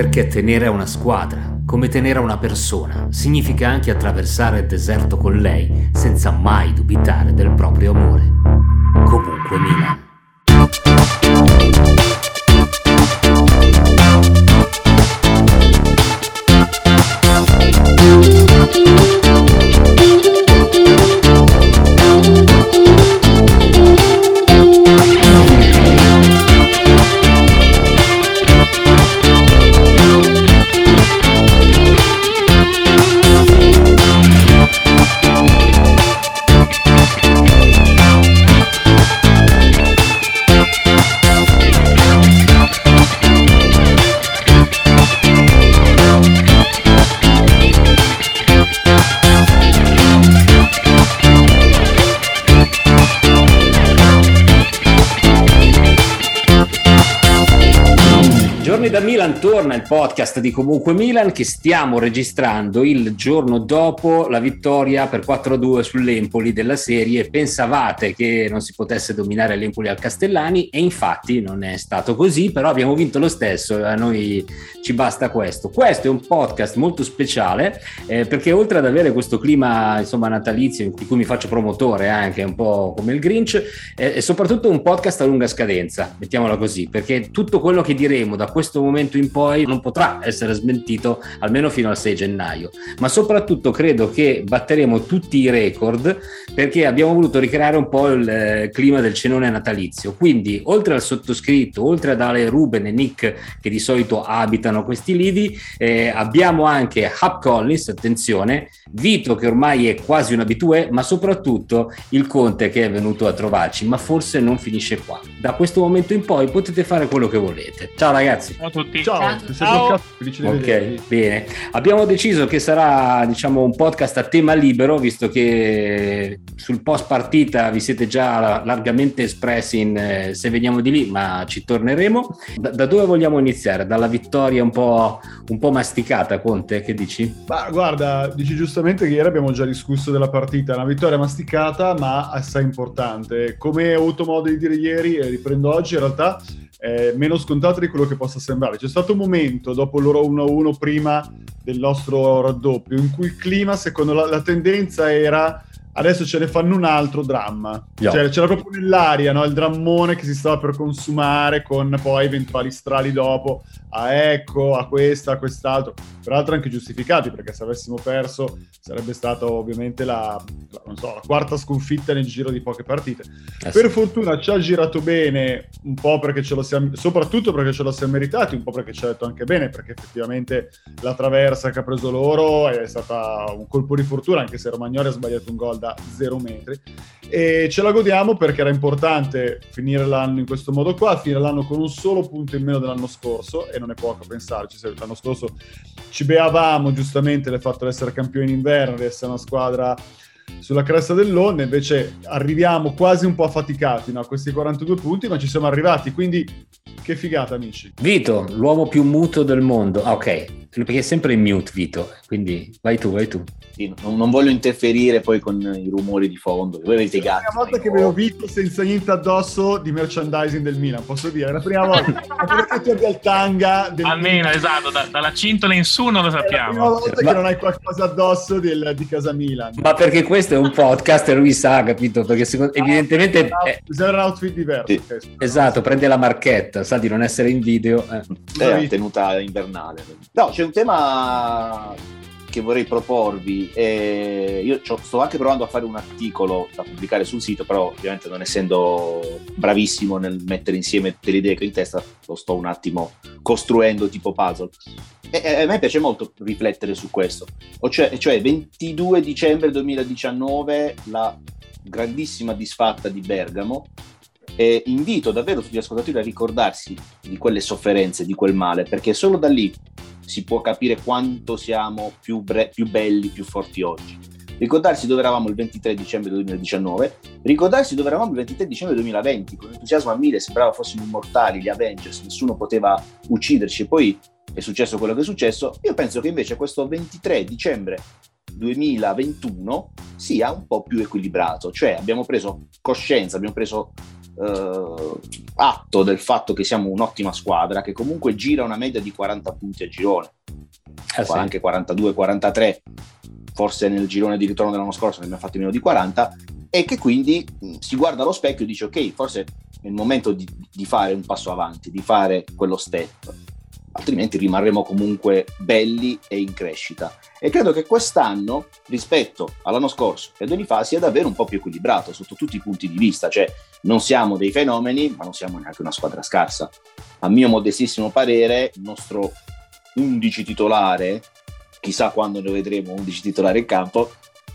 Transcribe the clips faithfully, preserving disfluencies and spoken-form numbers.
Perché tenere a una squadra, come tenere a una persona, significa anche attraversare il deserto con lei senza mai dubitare del proprio amore. Comunque Milan. Da Milan torna il podcast di Comunque Milan che stiamo registrando il giorno dopo la vittoria per quattro a due sull'Empoli della serie. Pensavate che non si potesse dominare l'Empoli al Castellani e infatti non è stato così, però abbiamo vinto lo stesso, a noi ci basta questo. Questo è un podcast molto speciale eh, perché oltre ad avere questo clima insomma natalizio di cui mi faccio promotore anche un po' come il Grinch, eh, è soprattutto un podcast a lunga scadenza, mettiamola così, perché tutto quello che diremo da questo momento in poi non potrà essere smentito almeno fino al sei gennaio, ma soprattutto credo che batteremo tutti i record perché abbiamo voluto ricreare un po' il eh, clima del cenone natalizio. Quindi oltre al sottoscritto, oltre ad Ale, Ruben e Nick che di solito abitano questi lidi, eh, abbiamo anche Hub Collins, attenzione, Vito che ormai è quasi un abitué, ma soprattutto il Conte che è venuto a trovarci, ma forse non finisce qua. Da questo momento in poi potete fare quello che volete. Ciao ragazzi. Ciao a tutti. Ciao, Ciao. Ciao. Felice di ok, vedervi. bene. Abbiamo deciso che sarà, diciamo, un podcast a tema libero, visto che sul post partita vi siete già largamente espressi in eh, se veniamo di lì, ma ci torneremo. Da, da dove vogliamo iniziare? Dalla vittoria un po', un po' masticata, Conte, che dici? Ma guarda, dici giustamente che ieri abbiamo già discusso della partita, una vittoria masticata ma assai importante. Come ho avuto modo di dire ieri e riprendo oggi, in realtà è meno scontata di quello che possa sembrare. C'è stato un momento dopo il loro uno a uno prima del nostro raddoppio in cui il clima, secondo la, la tendenza era adesso ce ne fanno un altro dramma, yeah. Cioè, c'era proprio nell'aria, no? Il drammone che si stava per consumare con poi eventuali strali dopo a ecco, a questa, a quest'altro, peraltro anche giustificati, perché se avessimo perso sarebbe stata ovviamente la, la, non so, la quarta sconfitta nel giro di poche partite. Eh per sì. fortuna ci ha girato bene, un po' perché ce lo siamo, soprattutto perché ce lo siamo meritati, un po' perché ci ha detto anche bene, perché effettivamente la traversa che ha preso loro è stata un colpo di fortuna, anche se Romagnoli ha sbagliato un gol da zero metri, e ce la godiamo perché era importante finire l'anno in questo modo qua, finire l'anno con un solo punto in meno dell'anno scorso, e non è poco pensarci, se l'anno scorso ci beavamo giustamente del fatto di essere campioni in inverno, di essere una squadra sulla cresta dell'onda, invece arriviamo quasi un po' affaticati, no? A questi quarantadue punti, ma ci siamo arrivati, quindi che figata, amici. Vito, l'uomo più muto del mondo. Ah, ok, perché è sempre in mute Vito, quindi vai tu, vai tu. Sì, non, non voglio interferire poi con i rumori di fondo, voi avete i gatti. È la prima volta che vedo Vito senza niente addosso di merchandising del Milan, posso dire, è la prima volta. Perché tu abbia il tanga del almeno, Milan. esatto, da, dalla cintola in su non lo sappiamo. È la prima volta Ma... che non hai qualcosa addosso del, di casa Milan. Ma perché questo è un podcast e lui sa, capito? Perché secondo... ah, evidentemente è... bisogna un outfit diverso. Sì. Okay, esatto, no? Prende la marchetta, sa di non essere in video. Eh. È tenuta invernale. No, c'è un tema che vorrei proporvi. Eh, io sto anche provando a fare un articolo da pubblicare sul sito, però ovviamente non essendo bravissimo nel mettere insieme tutte le idee che ho in testa, lo sto un attimo costruendo tipo puzzle. E, e a me piace molto riflettere su questo, o cioè, cioè ventidue dicembre duemiladiciannove, la grandissima disfatta di Bergamo. E invito davvero tutti gli ascoltatori a ricordarsi di quelle sofferenze, di quel male, perché solo da lì si può capire quanto siamo più, bre- più belli, più forti oggi. Ricordarsi dove eravamo il ventitré dicembre duemiladiciannove, ricordarsi dove eravamo il ventitré dicembre duemilaventi, con entusiasmo a mille, sembrava fossimo immortali, gli Avengers, nessuno poteva ucciderci, e poi è successo quello che è successo. Io penso che invece questo ventitré dicembre duemilaventuno sia un po' più equilibrato, cioè abbiamo preso coscienza, abbiamo preso eh, atto del fatto che siamo un'ottima squadra che comunque gira una media di quaranta punti a girone, ah, sì. anche quarantadue quarantatré, forse nel girone di ritorno dell'anno scorso ne abbiamo fatti meno di quaranta, e che quindi mh, si guarda allo specchio e dice ok, forse è il momento di, di fare un passo avanti, di fare quello step, altrimenti rimarremo comunque belli e in crescita. E credo che quest'anno, rispetto all'anno scorso e a due anni fa, sia davvero un po' più equilibrato sotto tutti i punti di vista, cioè non siamo dei fenomeni, ma non siamo neanche una squadra scarsa. A mio modestissimo parere, il nostro undici titolare, chissà quando ne vedremo undici titolari in campo,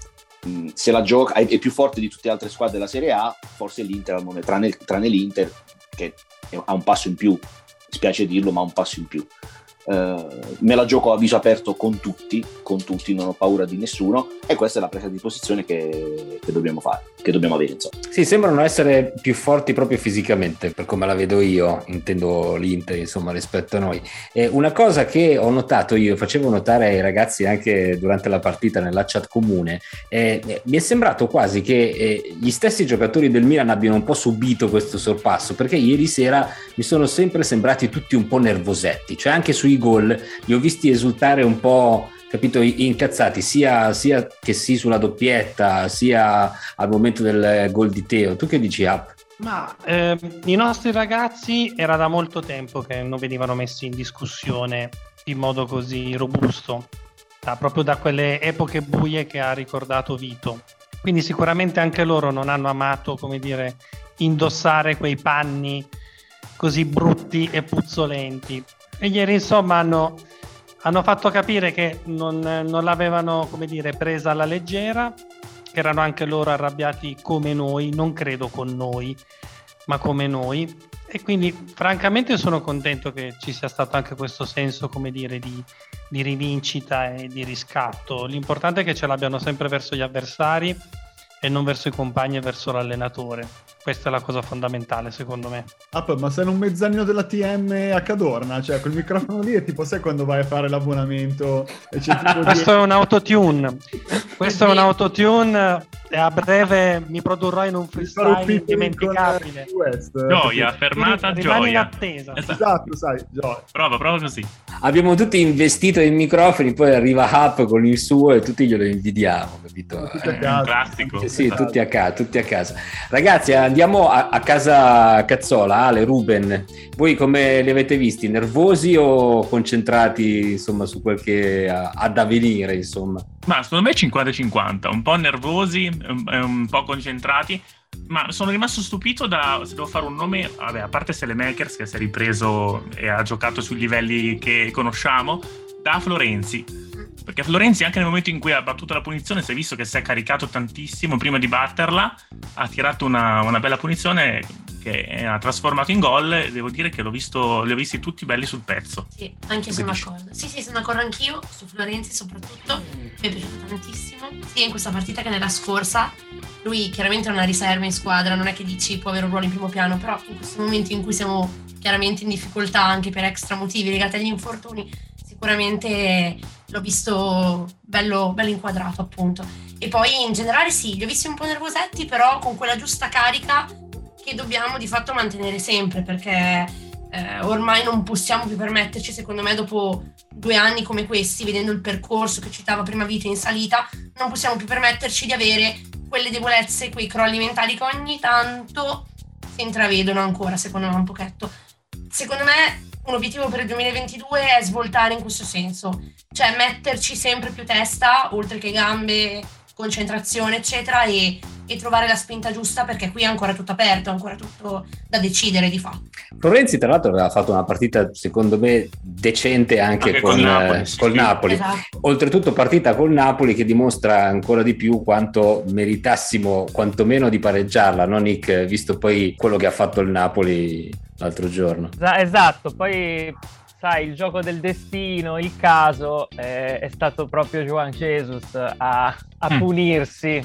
mh, se la gioca, è più forte di tutte le altre squadre della Serie A, forse l'Inter al momento, tranne, tranne l'Inter che ha un passo in più, spiace dirlo, ma un passo in più. Uh, me la gioco a viso aperto con tutti, con tutti, non ho paura di nessuno, e questa è la presa di posizione che, che dobbiamo fare, che dobbiamo avere, insomma. Sì, sembrano essere più forti proprio fisicamente, per come la vedo io, intendo l'Inter, insomma, rispetto a noi. E una cosa che ho notato io, facevo notare ai ragazzi anche durante la partita nella chat comune, eh, mi è sembrato quasi che eh, gli stessi giocatori del Milan abbiano un po' subito questo sorpasso, perché ieri sera mi sono sempre sembrati tutti un po' nervosetti, cioè anche sui gol li ho visti esultare un po', capito, incazzati, sia, sia che sì sulla doppietta, sia al momento del gol di Teo. Tu che dici, App? Ma eh, i nostri ragazzi era da molto tempo che non venivano messi in discussione in modo così robusto, da, proprio da quelle epoche buie che ha ricordato Vito. Quindi sicuramente anche loro non hanno amato, come dire, indossare quei panni così brutti e puzzolenti. E ieri insomma hanno, hanno fatto capire che non, non l'avevano, come dire, presa alla leggera, che erano anche loro arrabbiati come noi, non credo con noi, ma come noi. E quindi francamente sono contento che ci sia stato anche questo senso, come dire, di, di rivincita e di riscatto. L'importante è che ce l'abbiano sempre verso gli avversari e non verso i compagni e verso l'allenatore. Questa è la cosa fondamentale, secondo me. Ah, ma sei in un mezzanino della T M a Cadorna, cioè quel microfono lì è tipo, sai quando vai a fare l'abbonamento e c'è tipo questo di... è un autotune. Questo è un autotune e a breve mi produrrò in un freestyle indimenticabile. Gioia, fermata, rimani gioia. in attesa. Esatto, esatto, sai, gioia. Prova, prova così. Abbiamo tutti investito i microfoni, poi arriva Hap con il suo e tutti glielo invidiamo, capito? Tutti a È casa. un classico. Sì, sì, tutti a casa, tutti a casa. Ragazzi, andiamo a, a casa Cazzola, Ale, Ruben. Voi come li avete visti? Nervosi o concentrati, insomma, su quel che ha, ha da venire, insomma? Ma secondo me cinquanta cinquanta, un po' nervosi, un, un po' concentrati, ma sono rimasto stupito da, se devo fare un nome, vabbè, a parte Selemakers che si è ripreso e ha giocato sui livelli che conosciamo, da Florenzi. Perché Florenzi, anche nel momento in cui ha battuto la punizione, si è visto che si è caricato tantissimo prima di batterla, ha tirato una, una bella punizione che ha trasformato in gol, e devo dire che l'ho visto, li ho visti tutti belli sul pezzo. Sì, anche sono d'accordo. Sì, sì, sono d'accordo anch'io, su Florenzi soprattutto, mi è piaciuto tantissimo, sia in questa partita che nella scorsa. Lui chiaramente è una riserva in squadra, non è che dici può avere un ruolo in primo piano, però in questo momento in cui siamo chiaramente in difficoltà anche per extra motivi legati agli infortuni, sicuramente l'ho visto bello, bello inquadrato, appunto. E poi in generale sì, li ho visti un po' nervosetti, però con quella giusta carica che dobbiamo di fatto mantenere sempre, perché eh, ormai non possiamo più permetterci, secondo me, dopo due anni come questi, vedendo il percorso che citava prima Vito in salita, non possiamo più permetterci di avere quelle debolezze, quei crolli mentali che ogni tanto si intravedono ancora, secondo me, un pochetto. Secondo me un obiettivo per il duemilaventidue è svoltare in questo senso, cioè metterci sempre più testa, oltre che gambe, concentrazione, eccetera, e, e trovare la spinta giusta, perché qui è ancora tutto aperto, è ancora tutto da decidere di fatto. Florenzi, tra l'altro, aveva fatto una partita, secondo me, decente anche, anche con, con Napoli. Eh, col Napoli. Esatto. Oltretutto partita col Napoli che dimostra ancora di più quanto meritassimo quantomeno di pareggiarla, no Nick? Visto poi quello che ha fatto il Napoli l'altro giorno. Esatto, poi sai, il gioco del destino, il caso, eh, è stato proprio Juan Jesus a, a mm. punirsi,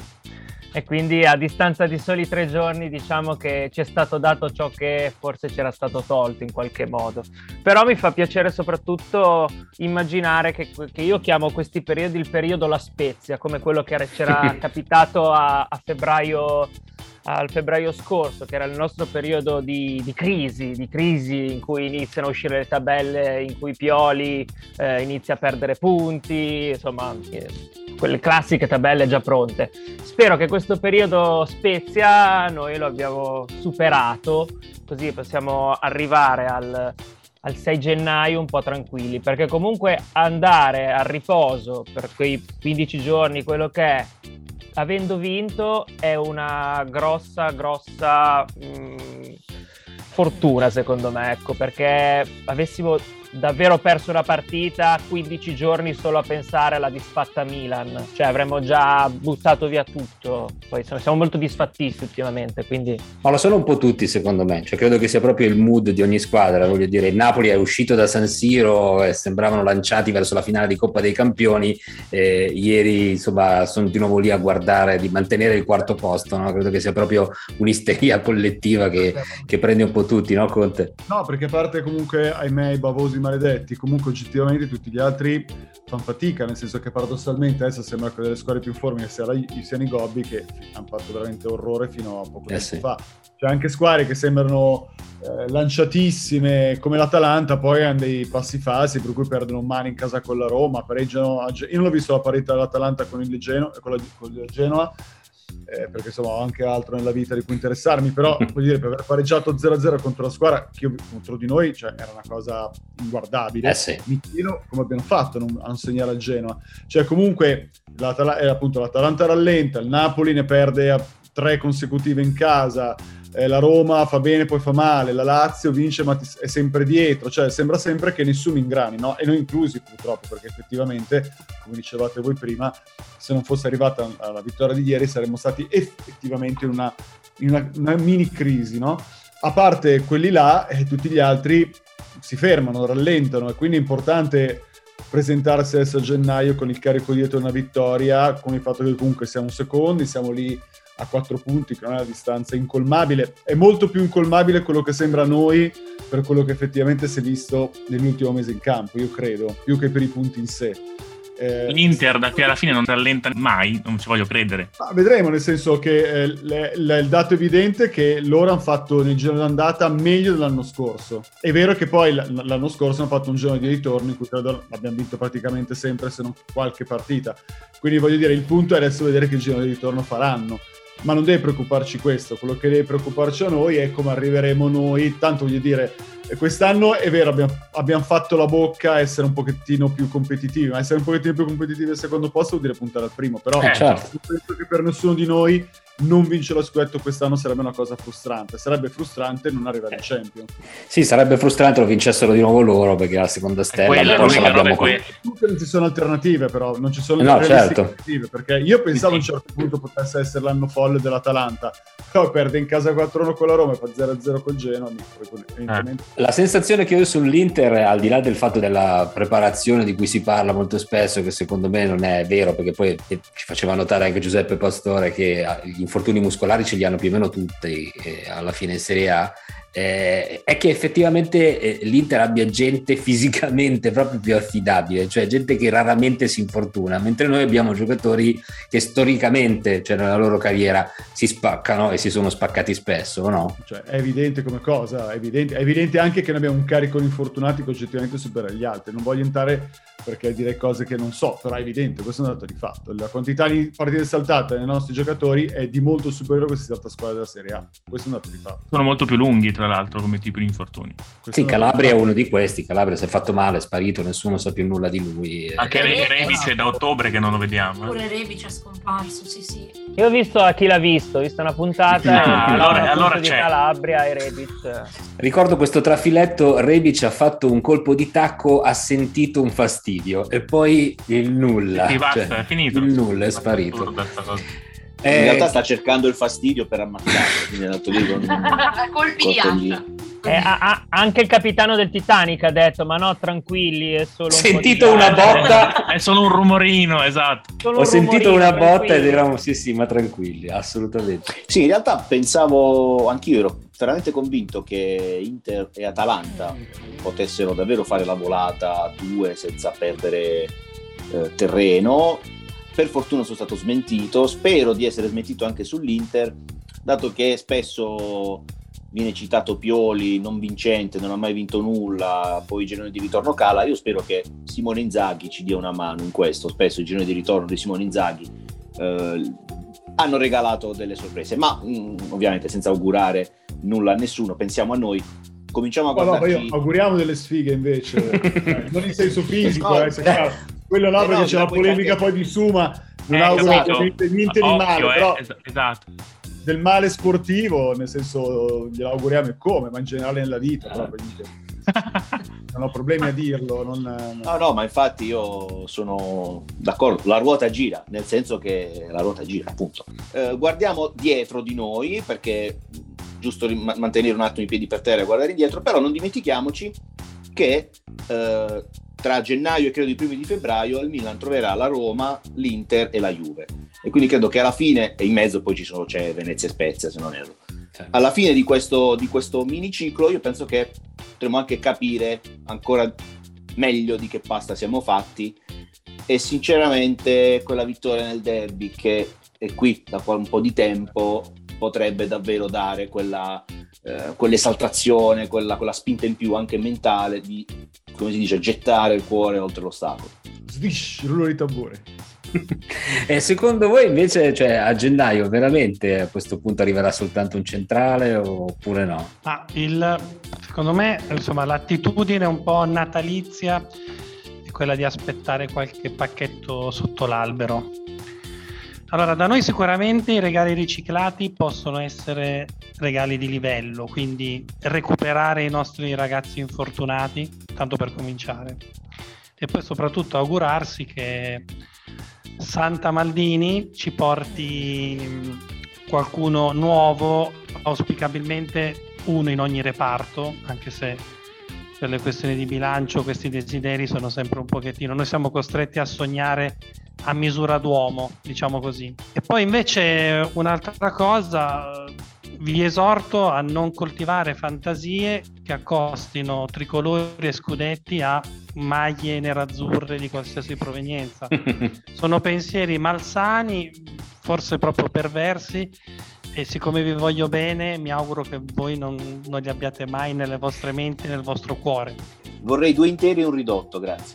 e quindi a distanza di soli tre giorni diciamo che ci è stato dato ciò che forse c'era stato tolto in qualche modo. Però mi fa piacere soprattutto immaginare che, che io chiamo questi periodi il periodo La Spezia, come quello che c'era capitato a, a febbraio al febbraio scorso, che era il nostro periodo di, di crisi, di crisi in cui iniziano a uscire le tabelle, in cui Pioli eh, inizia a perdere punti, insomma, eh, quelle classiche tabelle già pronte. Spero che questo periodo Spezia noi lo abbiamo superato, così possiamo arrivare al, al sei gennaio un po' tranquilli, perché comunque andare a riposo per quei quindici giorni, quello che è, avendo vinto, è una grossa, grossa mh, fortuna secondo me, ecco, perché avessimo davvero perso una partita, quindici giorni solo a pensare alla disfatta Milan, cioè avremmo già buttato via tutto. Poi siamo molto disfattisti ultimamente, quindi... Ma lo sono un po' tutti secondo me, cioè credo che sia proprio il mood di ogni squadra, voglio dire, il Napoli è uscito da San Siro e sembravano lanciati verso la finale di Coppa dei Campioni, eh, ieri insomma sono di nuovo lì a guardare di mantenere il quarto posto, no? Credo che sia proprio un'isteria collettiva che, che prende un po' tutti, no Conte? No, perché a parte comunque, ahimè, i bavosi maledetti, comunque oggettivamente tutti gli altri fanno fatica, nel senso che paradossalmente adesso sembra che delle squadre più in forma siano i Gobbi, che hanno fatto veramente orrore fino a poco eh tempo sì. fa. C'è anche squadre che sembrano eh, lanciatissime come l'Atalanta, poi hanno dei passi falsi per cui perdono un mano in casa con la Roma, pareggiano a Ge- io non l'ho visto la parità dell'Atalanta con il Genoa, con, la, con il Genoa Eh, perché insomma ho anche altro nella vita di cui interessarmi, però voglio dire, per aver pareggiato zero a zero contro la squadra che io, contro di noi, cioè era una cosa inguardabile. Eh sì. Mi chiedo come abbiano fatto a non, a non segnare al Genoa, cioè comunque l'Atala- eh, appunto l'Atalanta rallenta, il Napoli ne perde a tre consecutive in casa, eh, la Roma fa bene poi fa male, la Lazio vince ma ti, è sempre dietro, cioè sembra sempre che nessuno ingrani, no? E noi inclusi purtroppo, perché effettivamente, come dicevate voi prima, se non fosse arrivata la vittoria di ieri saremmo stati effettivamente in una, in una, una mini crisi, no? A parte quelli là, eh, tutti gli altri si fermano, rallentano, e quindi è importante presentarsi adesso a gennaio con il carico dietro una vittoria, con il fatto che comunque siamo secondi, siamo lì a quattro punti, che è una distanza incolmabile, è molto più incolmabile quello che sembra a noi per quello che effettivamente si è visto nell'ultimo mese in campo, io credo, più che per i punti in sé. Eh, L'Inter da qui alla fine non rallenta mai, non ci voglio credere. Ma vedremo, nel senso che eh, le, le, il dato evidente è che loro hanno fatto nel giro d'andata meglio dell'anno scorso. È vero che poi l- l'anno scorso hanno fatto un giorno di ritorno in cui credo abbiamo vinto praticamente sempre, se non qualche partita. Quindi voglio dire, il punto è adesso vedere che giro di ritorno faranno. Ma non deve preoccuparci questo, quello che deve preoccuparci a noi è come arriveremo noi, tanto voglio dire, quest'anno è vero, abbiamo, abbiamo fatto la bocca a essere un pochettino più competitivi, ma essere un pochettino più competitivi al secondo posto vuol dire puntare al primo, però eh, certo. penso che per nessuno di noi non vincere lo scudetto quest'anno sarebbe una cosa frustrante, sarebbe frustrante non arrivare in Champions. Sì, sarebbe frustrante lo vincessero di nuovo loro, perché la seconda stella quella, forse l'abbiamo con... Non ci sono alternative, però non ci sono no, alternative, certo. perché io pensavo a un certo punto potesse essere l'anno folle dell'Atalanta, però perde in casa quattro uno con la Roma e fa zero a zero col Genoa. Evidentemente... La sensazione che ho sull'Inter, al di là del fatto della preparazione di cui si parla molto spesso, che secondo me non è vero, perché poi ci faceva notare anche Giuseppe Pastore che gli infortuni muscolari ce li hanno più o meno tutti eh, alla fine in Serie A, eh, è che effettivamente eh, l'Inter abbia gente fisicamente proprio più affidabile, cioè gente che raramente si infortuna, mentre noi abbiamo giocatori che storicamente, cioè nella loro carriera, si spaccano e si sono spaccati spesso, no? Cioè, è evidente come cosa, è evidente, è evidente anche che noi abbiamo un carico di infortunati che oggettivamente supera gli altri, non voglio entrare perché direi cose che non so, però è evidente, questo è un dato di fatto, la quantità di partite saltate nei nostri giocatori è di molto superiore a questa altra squadra della Serie A, questo è un dato di fatto. Sono molto più lunghi tra l'altro come tipo di infortuni. Questo sì, Calabria è uno di questi, Calabria si è fatto male, è sparito, nessuno sa più nulla di lui. Anche Eh, Rebic è da ottobre che non lo vediamo. Pure Rebic è scomparso, sì sì. Io ho visto a chi l'ha visto, ho visto una puntata Ah, e allora- appunto allora di c'è. Calabria e Rebic. Ricordo questo trafiletto, Rebic ha fatto un colpo di tacco, ha sentito un fastidio e poi il nulla, Sì, basta, cioè, è finito. il nulla è sparito. Assurda sta cosa. Eh, In realtà sta cercando il fastidio per ammazzarlo, quindi è andato lì con Colpi di colpo asta. Eh, a- a- anche il capitano del Titanic ha detto: ma no, tranquilli, è solo un Sentito po' di una gas." botta. È solo un rumorino, esatto. Solo Ho un sentito rumorino, una botta ed tranquilli. eravamo sì sì ma tranquilli, assolutamente. Sì, in realtà pensavo, anch'io ero veramente convinto che Inter e Atalanta potessero davvero fare la volata a due senza perdere eh, terreno. Per fortuna sono stato smentito, spero di essere smentito anche sull'Inter, dato che spesso viene citato Pioli, non vincente, non ha mai vinto nulla, poi il girone di ritorno cala, io spero che Simone Inzaghi ci dia una mano in questo. Spesso il girone di ritorno di Simone Inzaghi eh, hanno regalato delle sorprese, ma mh, ovviamente senza augurare nulla a nessuno, pensiamo a noi, cominciamo a guardarci... No, no, auguriamo delle sfighe invece, eh, non in senso fisico, no, eh, se eh, quello là, eh perché no, c'è la polemica anche... poi di Suma, non eh, auguro esatto. niente, niente di male, eh, però esatto. del male sportivo, nel senso glielo auguriamo e come, ma in generale nella vita, però, non ho problemi a dirlo. Non... No, no, ma infatti io sono d'accordo, la ruota gira, nel senso che la ruota gira, appunto. Eh, guardiamo dietro di noi, perché giusto rim- mantenere un attimo i piedi per terra e guardare indietro, però non dimentichiamoci che eh, tra gennaio e credo i primi di febbraio il Milan troverà la Roma, l'Inter e la Juve, e quindi credo che alla fine, e in mezzo poi ci sono, c'è Venezia e Spezia se non erro, alla fine di questo, di questo miniciclo io penso che potremo anche capire ancora meglio di che pasta siamo fatti, e sinceramente quella vittoria nel derby che è qui da un po' di tempo potrebbe davvero dare quella, eh, quell'esaltazione, quella, quella spinta in più anche mentale di, come si dice, gettare il cuore oltre l'ostacolo. Svish, rullo di tambure. E secondo voi invece, cioè, a gennaio veramente a questo punto arriverà soltanto un centrale oppure no? Ah, il, secondo me, insomma, l'attitudine un po' natalizia è quella di aspettare qualche pacchetto sotto l'albero. Allora, da noi sicuramente i regali riciclati possono essere regali di livello, quindi recuperare i nostri ragazzi infortunati, tanto per cominciare. E poi soprattutto augurarsi che Santa Maldini ci porti qualcuno nuovo, auspicabilmente uno in ogni reparto, anche se per le questioni di bilancio questi desideri sono sempre un pochettino, noi siamo costretti a sognare a misura d'uomo, diciamo così. E poi invece un'altra cosa, vi esorto a non coltivare fantasie che accostino tricolori e scudetti a maglie nerazzurre di qualsiasi provenienza. Sono pensieri malsani, forse proprio perversi, e siccome vi voglio bene mi auguro che voi non, non li abbiate mai nelle vostre menti, nel vostro cuore. Vorrei due interi e un ridotto, grazie.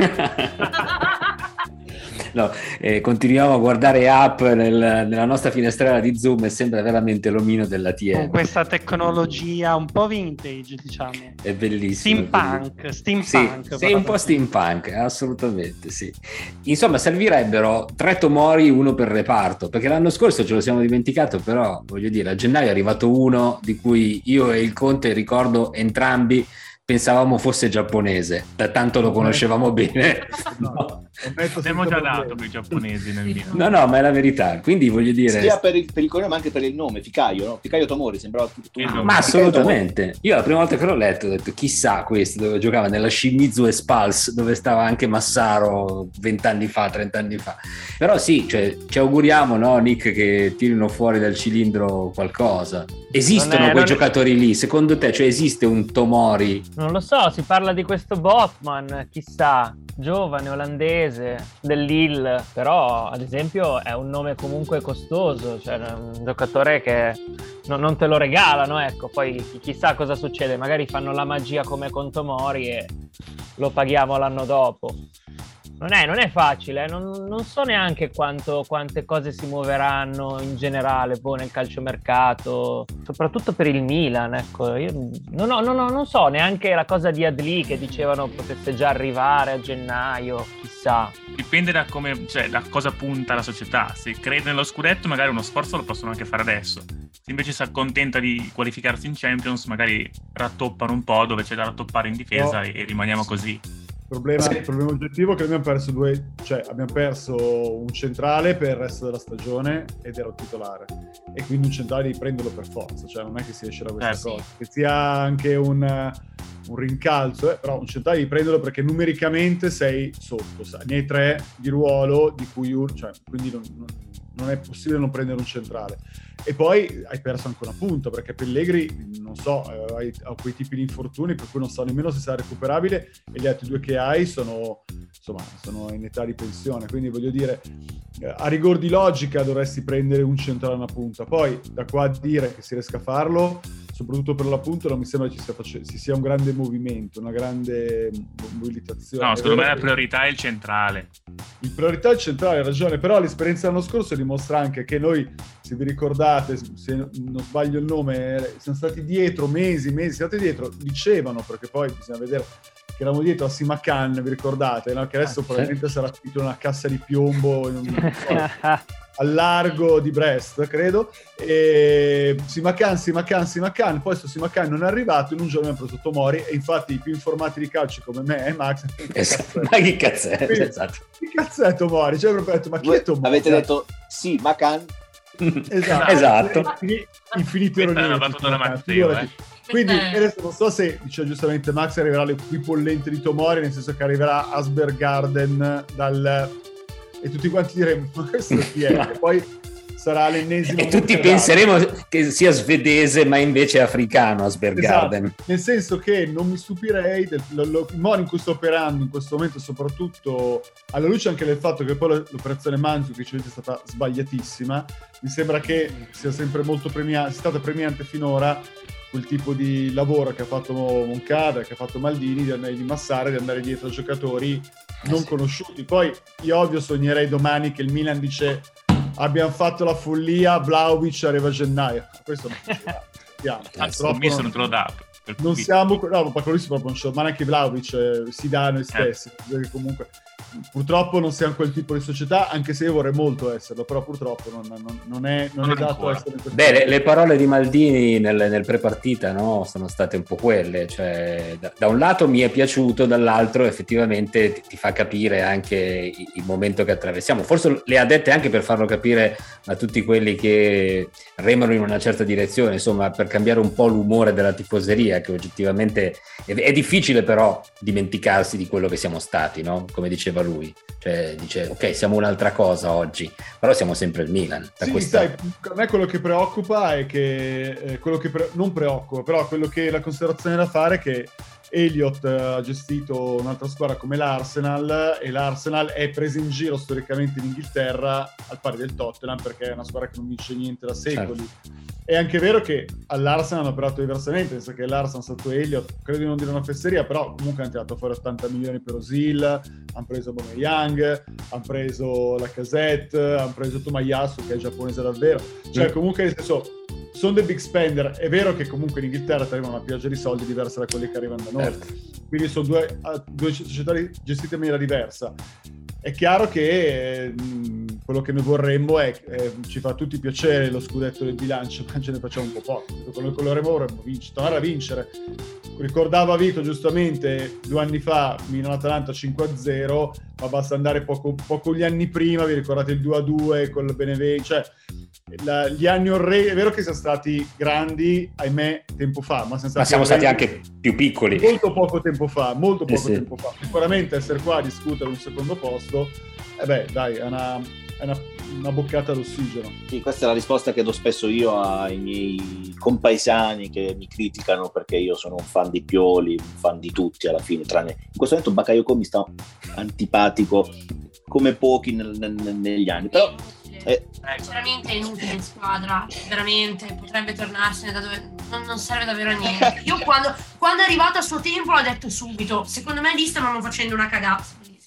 No, eh, continuiamo a guardare app nel, nella nostra finestrella di Zoom e sembra veramente l'omino della T M. Con questa tecnologia un po' vintage, diciamo. È bellissimo. Steampunk, steampunk. Sì, sì, un po' steampunk, assolutamente sì. Insomma, servirebbero tre Tomori, uno per reparto, perché l'anno scorso ce lo siamo dimenticato, però voglio dire, a gennaio è arrivato uno di cui io e il Conte, ricordo entrambi, pensavamo fosse giapponese, da tanto lo conoscevamo bene. No. Abbiamo già dato per i giapponesi nel mio. No, no, ma è la verità. Quindi voglio dire, sia per il, per il cognome ma anche per il nome, Ficaio, no? Ficaio Tomori, sembrava tutto un nome. Ma assolutamente. Io la prima volta che l'ho letto ho detto chissà questo, dove giocava nella Shimizu Espals, dove stava anche Massaro vent'anni fa, trent'anni fa. Però sì, cioè, ci auguriamo, no, Nick, che tirino fuori dal cilindro qualcosa. Esistono è, quei giocatori è... lì? Secondo te, cioè esiste un Tomori? Non lo so, si parla di questo Botman, chissà, giovane, olandese, dell'Ill, però ad esempio è un nome comunque costoso, cioè un giocatore che no, non te lo regalano, ecco, poi chissà cosa succede, magari fanno la magia come con Tomori e lo paghiamo l'anno dopo. Non è, non è facile, eh? non, non so neanche quanto, quante cose si muoveranno in generale poi nel calciomercato, soprattutto per il Milan, ecco. Io non, ho, non, ho, non so neanche la cosa di Adli che dicevano potesse già arrivare a gennaio, chissà. Dipende da come, cioè, da cosa punta la società. Se crede nello scudetto magari uno sforzo lo possono anche fare adesso. Se invece si accontenta di qualificarsi in Champions magari rattoppano un po' dove c'è da rattoppare in difesa no. e, e rimaniamo così. Il problema, il problema oggettivo è che abbiamo perso due, cioè abbiamo perso un centrale per il resto della stagione ed era un titolare, e quindi un centrale devi prenderlo per forza, cioè non è che si esce da questa eh, cosa, sì. Che sia anche un, un rincalzo, eh, però un centrale devi prenderlo perché numericamente sei sotto, sai, ne hai tre di ruolo di cui uno, cioè quindi non, non, non è possibile non prendere un centrale. E poi hai perso anche una punta perché Pellegrini, non so, eh, ha quei tipi di infortuni per cui non so nemmeno se sarà recuperabile, e gli altri due che hai sono, insomma, sono in età di pensione, quindi voglio dire, a rigor di logica dovresti prendere un centrale a una punta, poi da qua a dire che si riesca a farlo, soprattutto per l'appunto, non mi sembra che ci sia, face- ci sia un grande movimento, una grande mobilitazione. No, secondo me la priorità è il centrale. Il priorità è il centrale, hai ragione, però l'esperienza dell'anno scorso dimostra anche che noi, se vi ricordate, se non sbaglio il nome, siamo stati dietro mesi, mesi, siamo stati dietro, dicevano, perché poi bisogna vedere che eravamo dietro a Simakan, vi ricordate, no? Che adesso ah, probabilmente sì. sarà finito in una cassa di piombo in un, al largo di Brest, credo, e Simakan, Simakan, Simakan, poi sto Simakan non è arrivato, in un giorno abbiamo preso Tomori, e infatti i più informati di calcio come me e Max, esatto. Ma che cazzetto, Quindi, esatto. Che cazzetto Tomori? Cioè, proprio detto, ma chi è Tomori? Avete detto sì, Makan? Esatto, esatto. Infinito ironia. È una battuta da Matteo, eh. Quindi adesso non so se, dice giustamente Max, arriverà l'equipollente di Tomori, nel senso che arriverà Aspergarden dal... e tutti quanti diremo ma questo chi è? E poi sarà l'ennesimo e tutti penseremo che sia svedese ma invece è africano Aspergarden. Esatto. Nel senso che non mi stupirei del lo, lo, il modo in cui sto operando in questo momento, soprattutto alla luce anche del fatto che poi l'operazione Mandzukic è stata sbagliatissima, mi sembra che sia sempre molto premiante, sia stata premiante finora quel tipo di lavoro che ha fatto Moncada, che ha fatto Maldini, di andare di massare, di andare dietro a giocatori non sì. conosciuti. Poi io ovvio sognerei domani che il Milan dice abbiamo fatto la follia, Vlahovic arriva a gennaio. Questo non succederà. Il commesso non te lo dà. Non siamo, no, ma quello proprio non c'è, ma neanche Vlahovic si dà a noi stessi. Eh. Comunque purtroppo non siamo quel tipo di società, anche se io vorrei molto esserlo, però purtroppo non, non, non è, non non è dato essere in questo. Beh, le, le parole di Maldini nel, nel pre-partita, no, sono state un po' quelle, cioè da, da un lato mi è piaciuto, dall'altro effettivamente ti, ti fa capire anche il, il momento che attraversiamo, forse le ha dette anche per farlo capire a tutti quelli che remano in una certa direzione, insomma, per cambiare un po' l'umore della tifoseria, che oggettivamente è, è difficile però dimenticarsi di quello che siamo stati, no? Come diceva lui, cioè dice ok, siamo un'altra cosa oggi, però siamo sempre il Milan. Da sì, questa... sai, a me quello che preoccupa è che eh, quello che pre- non preoccupa, però quello che la considerazione da fare è che Elliott ha gestito un'altra squadra come l'Arsenal, e l'Arsenal è presa in giro storicamente in Inghilterra al pari del Tottenham, perché è una squadra che non vince niente da secoli. Certo. È anche vero che all'Arsenal hanno operato diversamente, penso che l'Arsenal è stato Elliott, credo di non dire una fesseria, però comunque hanno tirato fuori ottanta milioni per Osil, hanno preso Aubameyang, hanno preso Lacazette, hanno preso Tomayasu che è giapponese davvero, cioè comunque nel senso sono dei big spender. È vero che comunque in Inghilterra ti arriva una pioggia di soldi diversa da quelli che arrivano da noi, certo. Quindi sono due, due società gestite in maniera diversa. È chiaro che eh, quello che noi vorremmo è eh, ci fa tutti piacere lo scudetto del bilancio, ma ce ne facciamo un po' poco. Quello che vorremmo vorremmo vincere, tornare a vincere. Ricordava Vito giustamente due anni fa Milan-Atalanta cinque a zero, ma basta andare poco, poco gli anni prima, vi ricordate il due a due con il Benevento, cioè la, gli anni orrei, è vero che siamo stati grandi, ahimè, tempo fa, ma siamo stati, ma siamo stati anche più piccoli. Molto poco tempo fa, molto poco eh sì. tempo fa. Sicuramente essere qua a discutere un secondo posto, e eh beh, dai, è una, è una, una boccata d'ossigeno. Sì, questa è la risposta che do spesso io ai miei compaesani che mi criticano perché io sono un fan di Pioli, un fan di tutti alla fine, tranne in questo momento Bakayoko mi sta antipatico come pochi nel, nel, negli anni, però eh. sinceramente è inutile in squadra, veramente potrebbe tornarsene da dove non, non serve davvero a niente. Io quando, quando è arrivato a suo tempo l'ho detto subito, secondo me lì stavano facendo una cagata,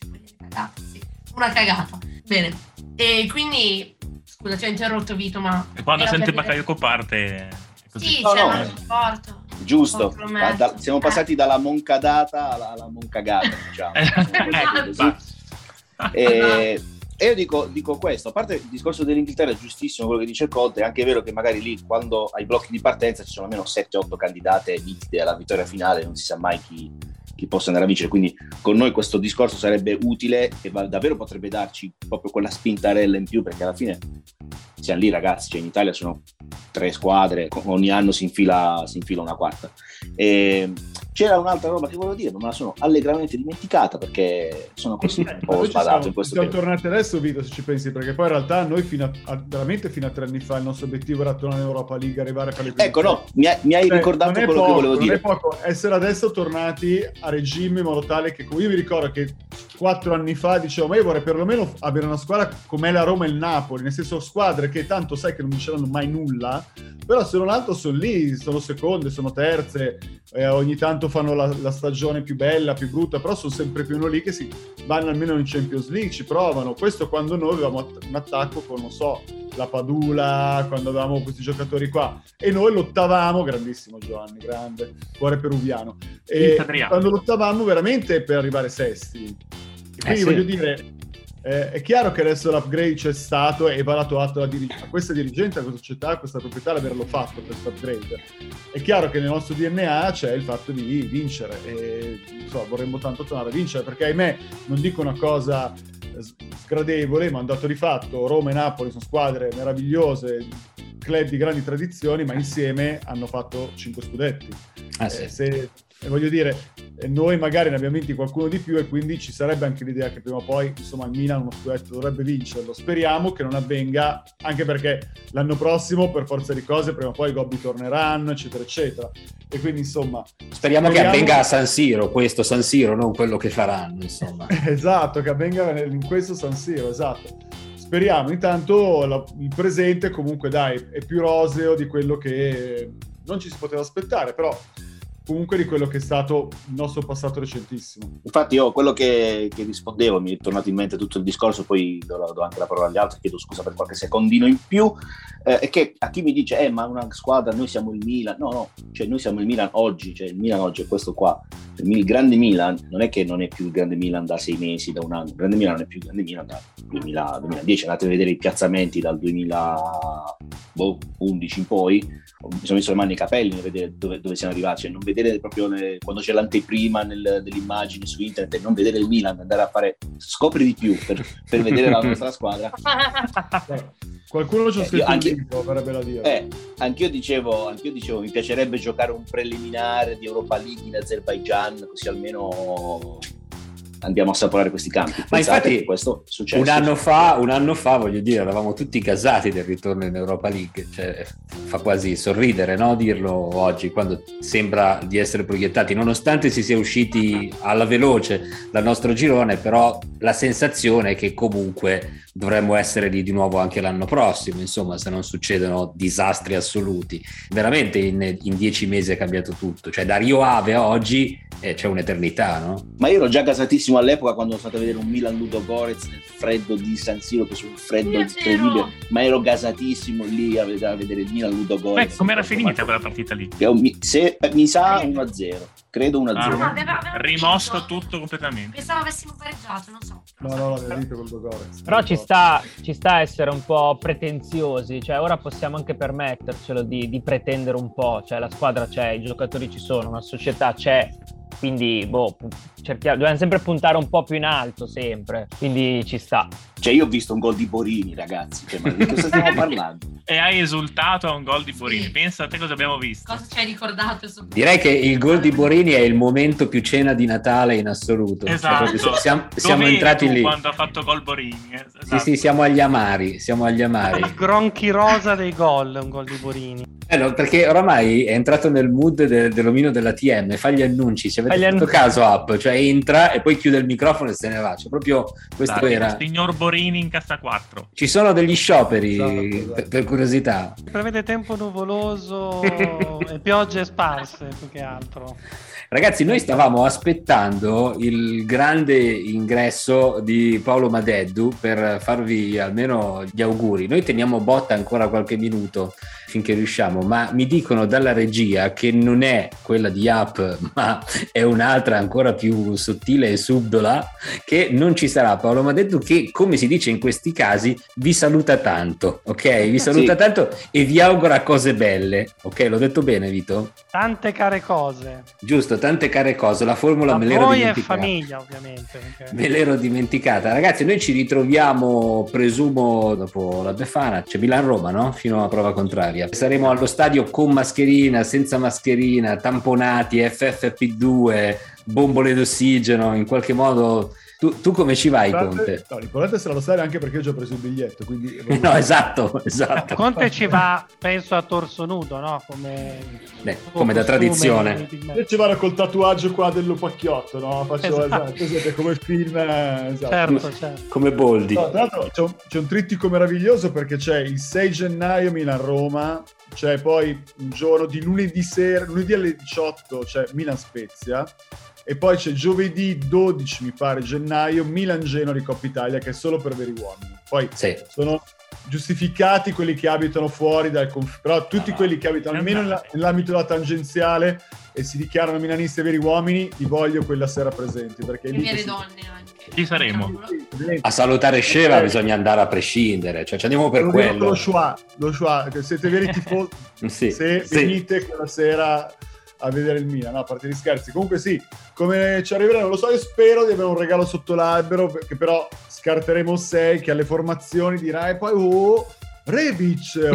sì, una cagata, bene, e quindi scusa ti ho interrotto Vito, ma e quando sente Bakayoko parte così. Sì, no, c'è no, un supporto giusto, da, da, siamo passati eh. dalla moncadata alla, alla moncagata, diciamo. E, e io dico, dico questo, a parte il discorso dell'Inghilterra è giustissimo quello che dice Conte, è anche vero che magari lì quando ai blocchi di partenza ci sono almeno sette otto candidate nitide alla vittoria finale, non si sa mai chi, chi possa andare a vincere, quindi con noi questo discorso sarebbe utile e davvero potrebbe darci proprio quella spintarella in più, perché alla fine siamo lì ragazzi, cioè in Italia sono tre squadre, ogni anno si infila, si infila una quarta. E c'era un'altra roba che volevo dire, ma me la sono allegramente dimenticata perché sono così un po' sbadato in questo tempo. Siamo tornati adesso, Vito, se ci pensi, perché poi in realtà noi fino a, a veramente fino a tre anni fa il nostro obiettivo era tornare in Europa League, arrivare per le prime. Ecco, no, mi hai, mi hai cioè, ricordato quello poco, che volevo non dire. È poco essere adesso tornati a regime in modo tale che io vi ricordo che quattro anni fa dicevo ma io vorrei perlomeno avere una squadra come la Roma e il Napoli, nel senso squadre che tanto sai che non vinceranno mai nulla, però se non altro sono lì, sono seconde, sono terze, eh, ogni tanto fanno la, la stagione più bella, più brutta, però sono sempre più uno lì che si vanno almeno in Champions League, ci provano. Questo quando noi avevamo un attacco con, non so, la Padula, quando avevamo questi giocatori qua, e noi lottavamo, grandissimo Giovanni, grande, cuore peruviano, e quando lottavamo veramente per arrivare sesti. E quindi eh sì. voglio dire, eh, è chiaro che adesso l'upgrade c'è stato e va dato atto a, dirig- a questa dirigente, a questa società, a questa proprietà l'averlo fatto questo upgrade. È chiaro che nel nostro D N A c'è il fatto di vincere e so, vorremmo tanto tornare a vincere, perché ahimè non dico una cosa sgradevole, ma un dato di fatto: Roma e Napoli sono squadre meravigliose, club di grandi tradizioni, ma insieme hanno fatto cinque scudetti. Ah, sì. eh, se, eh, voglio dire, eh, noi magari ne abbiamo vinti qualcuno di più e quindi ci sarebbe anche l'idea che prima o poi, insomma, il Milan uno scudetto dovrebbe vincerlo. Speriamo che non avvenga, anche perché l'anno prossimo, per forza di cose, prima o poi i Gobbi torneranno, eccetera, eccetera. E quindi, insomma... Speriamo, speriamo che avvenga a San Siro, questo San Siro, non quello che faranno, insomma. Esatto, che avvenga in questo San Siro, esatto. Speriamo. Intanto la, il presente comunque, dai, è più roseo di quello che non ci si poteva aspettare, però comunque di quello che è stato il nostro passato recentissimo. Infatti io quello che, che rispondevo, mi è tornato in mente tutto il discorso, poi do, do anche la parola agli altri, chiedo scusa per qualche secondino in più, eh, è che a chi mi dice eh ma una squadra, noi siamo il Milan, no no, cioè noi siamo il Milan oggi, cioè il Milan oggi è questo qua, il, il grande Milan non è che non è più il grande Milan da sei mesi, da un anno, il grande Milan non è più il grande Milan da duemila, duemiladieci, andate a vedere i piazzamenti dal duemilaundici in poi, mi sono messo le mani nei capelli per vedere dove, dove siamo arrivati, cioè non vedere proprio le, quando c'è l'anteprima nel, dell'immagine su internet e non vedere il Milan, andare a fare scopri di più per, per vedere la nostra squadra. Eh, qualcuno ci ha scritto eh, anche, un libro, verrebbe da dire. Eh, anch'io dicevo, anch'io dicevo mi piacerebbe giocare un preliminare di Europa League in Azerbaijan, così almeno andiamo a assaporare questi campi. Ma Pensate infatti questo è successo. Un anno fa, un anno fa, voglio dire, eravamo tutti gasati del ritorno in Europa League, cioè fa quasi sorridere, no, dirlo oggi, quando sembra di essere proiettati, nonostante si sia usciti alla veloce dal nostro girone, però la sensazione è che comunque dovremmo essere lì di nuovo anche l'anno prossimo, insomma, se non succedono disastri assoluti. Veramente in, in dieci mesi è cambiato tutto, cioè da Rio Ave a oggi eh, c'è un'eternità, no? Ma io ero già gasatissimo all'epoca quando sono stato a vedere un Milan Ludogorets nel freddo di San Siro, che sul freddo incredibile, ma ero gasatissimo lì a vedere, a vedere il Milan Ludogorets. Beh, com'era finita quella partita lì? Mi, se, mi sa uno a zero, credo uno a zero. Ah, aveva, aveva rimosso vinto tutto completamente. Pensavo avessimo pareggiato, non so. No, no, l'aveva vinto col Ludogorets. Però ci sta, ci sta a essere un po' pretenziosi, cioè ora possiamo anche permettercelo di, di pretendere un po', cioè la squadra c'è, i giocatori ci sono, una società c'è, quindi boh, cerchiamo, dobbiamo sempre puntare un po' più in alto, sempre, quindi ci sta. Cioè io ho visto un gol di Borini, ragazzi, cioè, ma di cosa stiamo parlando? E hai esultato a un gol di Borini, sì. Pensa a te cosa abbiamo visto. Cosa ci hai ricordato? Direi che il gol di Borini è il momento più cena di Natale in assoluto. Esatto. Cioè, siamo, siamo entrati lì quando ha fatto gol Borini. Esatto. Sì, sì, siamo agli amari, siamo agli amari. Il gronchi rosa dei gol, un gol di Borini. Eh no, perché oramai è entrato nel mood de- dell'omino della T M, fa gli annunci, se avete fatto caso app, cioè entra e poi chiude il microfono e se ne va, cioè proprio questo Dai, era. Signor Borini in cassa quattro. Ci sono degli scioperi, esatto, esatto. Per, per curiosità. Prevede tempo nuvoloso e piogge sparse più che altro. Ragazzi, noi stavamo aspettando il grande ingresso di Paolo Madeddu per farvi almeno gli auguri. Noi teniamo botta ancora qualche minuto finché riusciamo, ma mi dicono dalla regia che non è quella di App, ma è un'altra ancora più sottile e subdola, che non ci sarà Paolo Madeddu, che, come si dice in questi casi, vi saluta tanto, ok? Vi saluta sì. tanto e vi augura cose belle, ok? L'ho detto bene, Vito? Tante care cose. Giusto, tante care cose. La formula Ma me l'ero poi dimenticata. è famiglia, ovviamente. Okay. Me l'ero dimenticata. Ragazzi, noi ci ritroviamo, presumo, dopo la Befana. C'è Milan-Roma, no? Fino a prova contraria. Saremo allo stadio con mascherina, senza mascherina, tamponati, F F P due, bombole d'ossigeno. In qualche modo Tu, tu come ci vai, Conte? Conte? No, l'importante sarà lo stare, anche perché ho già preso il biglietto, quindi... No, esatto, esatto. Conte ci va, penso, a torso nudo, no? Come, Beh, come da tradizione. Io ci vado col tatuaggio qua del lupacchiotto, no? Faccio, Esatto. esatto, esatto, come il film, eh, esatto. Certo, certo. Come Boldi. No, tra l'altro c'è un, c'è un trittico meraviglioso, perché c'è il sei gennaio Milan-Roma, c'è poi un giorno di lunedì sera, lunedì alle diciotto c'è Milan-Spezia, e poi c'è giovedì dodici, mi pare, gennaio, Milan-Genoa di Coppa Italia, che è solo per veri uomini. Poi Sì. sono giustificati quelli che abitano fuori dal conf... però tutti no, quelli che abitano almeno nella- nell'ambito della tangenziale e si dichiarano milanisti e veri uomini, li voglio quella sera presenti, perché E lì vere si- donne anche. Ci saremo. Cavolo. A salutare Sceva bisogna andare a prescindere, cioè ci andiamo per Lo dico con quello. lo schwa, lo schwa, che siete veri tifosi, Sì, se sì. venite quella sera a vedere il Milan, no, a parte gli scherzi. Comunque sì, come ci arriverà non lo so, io spero di avere un regalo sotto l'albero, che però scarteremo sei, che alle formazioni dirà e poi oh Rebic,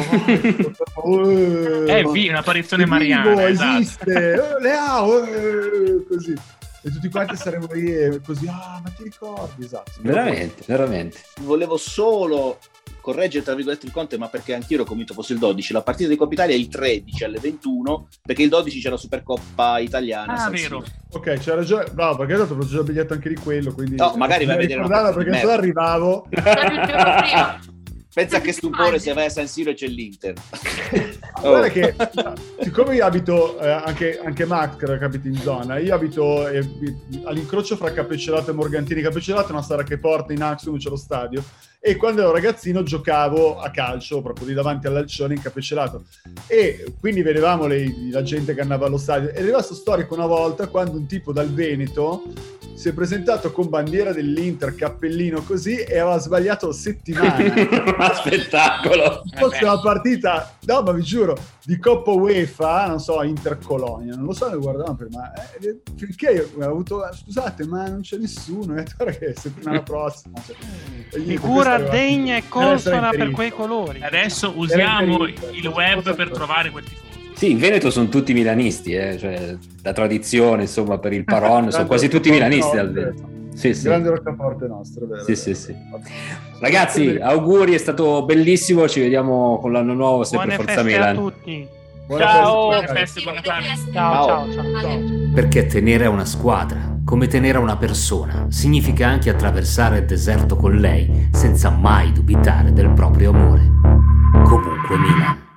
oh, Eh, vi, un'apparizione Vivo, mariana, esatto. esiste, eh, Leao, eh, così, e tutti quanti saremo lì e così, ah, ma ti ricordi, esatto. Veramente, veramente. Volevo solo correggere tra virgolette il Conte, ma perché anch'io ero convinto fosse il dodici. La partita di Coppa Italia è il tredici alle ventuno, perché il dodici c'è la Supercoppa italiana. Ah, San vero. Siro. Ok, c'è ragione, bravo, perché ho preso già il biglietto anche di quello, quindi No, magari vai a mi vedere una ricordavo, partita perché di solo merda. arrivavo. Proprio il giorno prima. Pensa a che stupore se vai a San Siro e c'è l'Inter. Oh. Guarda che, siccome io abito, eh, anche, anche Max che abita in zona, io abito eh, all'incrocio fra Capecelato e Morgantini. Capecelato è una strada che porta in Axum, c'è lo stadio, e quando ero ragazzino giocavo a calcio proprio lì davanti all'Alcione in Capecelato, e quindi vedevamo le, la gente che andava allo stadio. Ed è rimasto storico una volta quando un tipo dal Veneto si è presentato con bandiera dell'Inter, cappellino così, e aveva sbagliato settimana. Spettacolo. Fosse una partita, no, ma vi giuro, di Coppa UEFA, non so, Inter Colonia, non lo so, ne guardavamo prima, eh, finché io ho avuto, scusate, ma non c'è nessuno, e ora che è settimana prossima. Cioè, e niente, Figura questa degna e era- consona era per interista. quei colori. Adesso usiamo interista. il web per trovare quel tifoso. Sì, in Veneto sono tutti milanisti, eh, cioè la tradizione, insomma, per il Paron, sono quasi tutti milanisti al Veneto. Sì, sì. Grande roccaforte nostro, vero? Sì, sì, sì. Ragazzi, auguri, è stato bellissimo, ci vediamo con l'anno nuovo, sempre Buone Forza feste Milan. a tutti. Buona Ciao. festa, Buone feste, buon Natale. Ciao, Ciao. ciao, ciao. Vale. Perché tenere a una squadra, come tenere a una persona, significa anche attraversare il deserto con lei senza mai dubitare del proprio amore. Comunque Milan.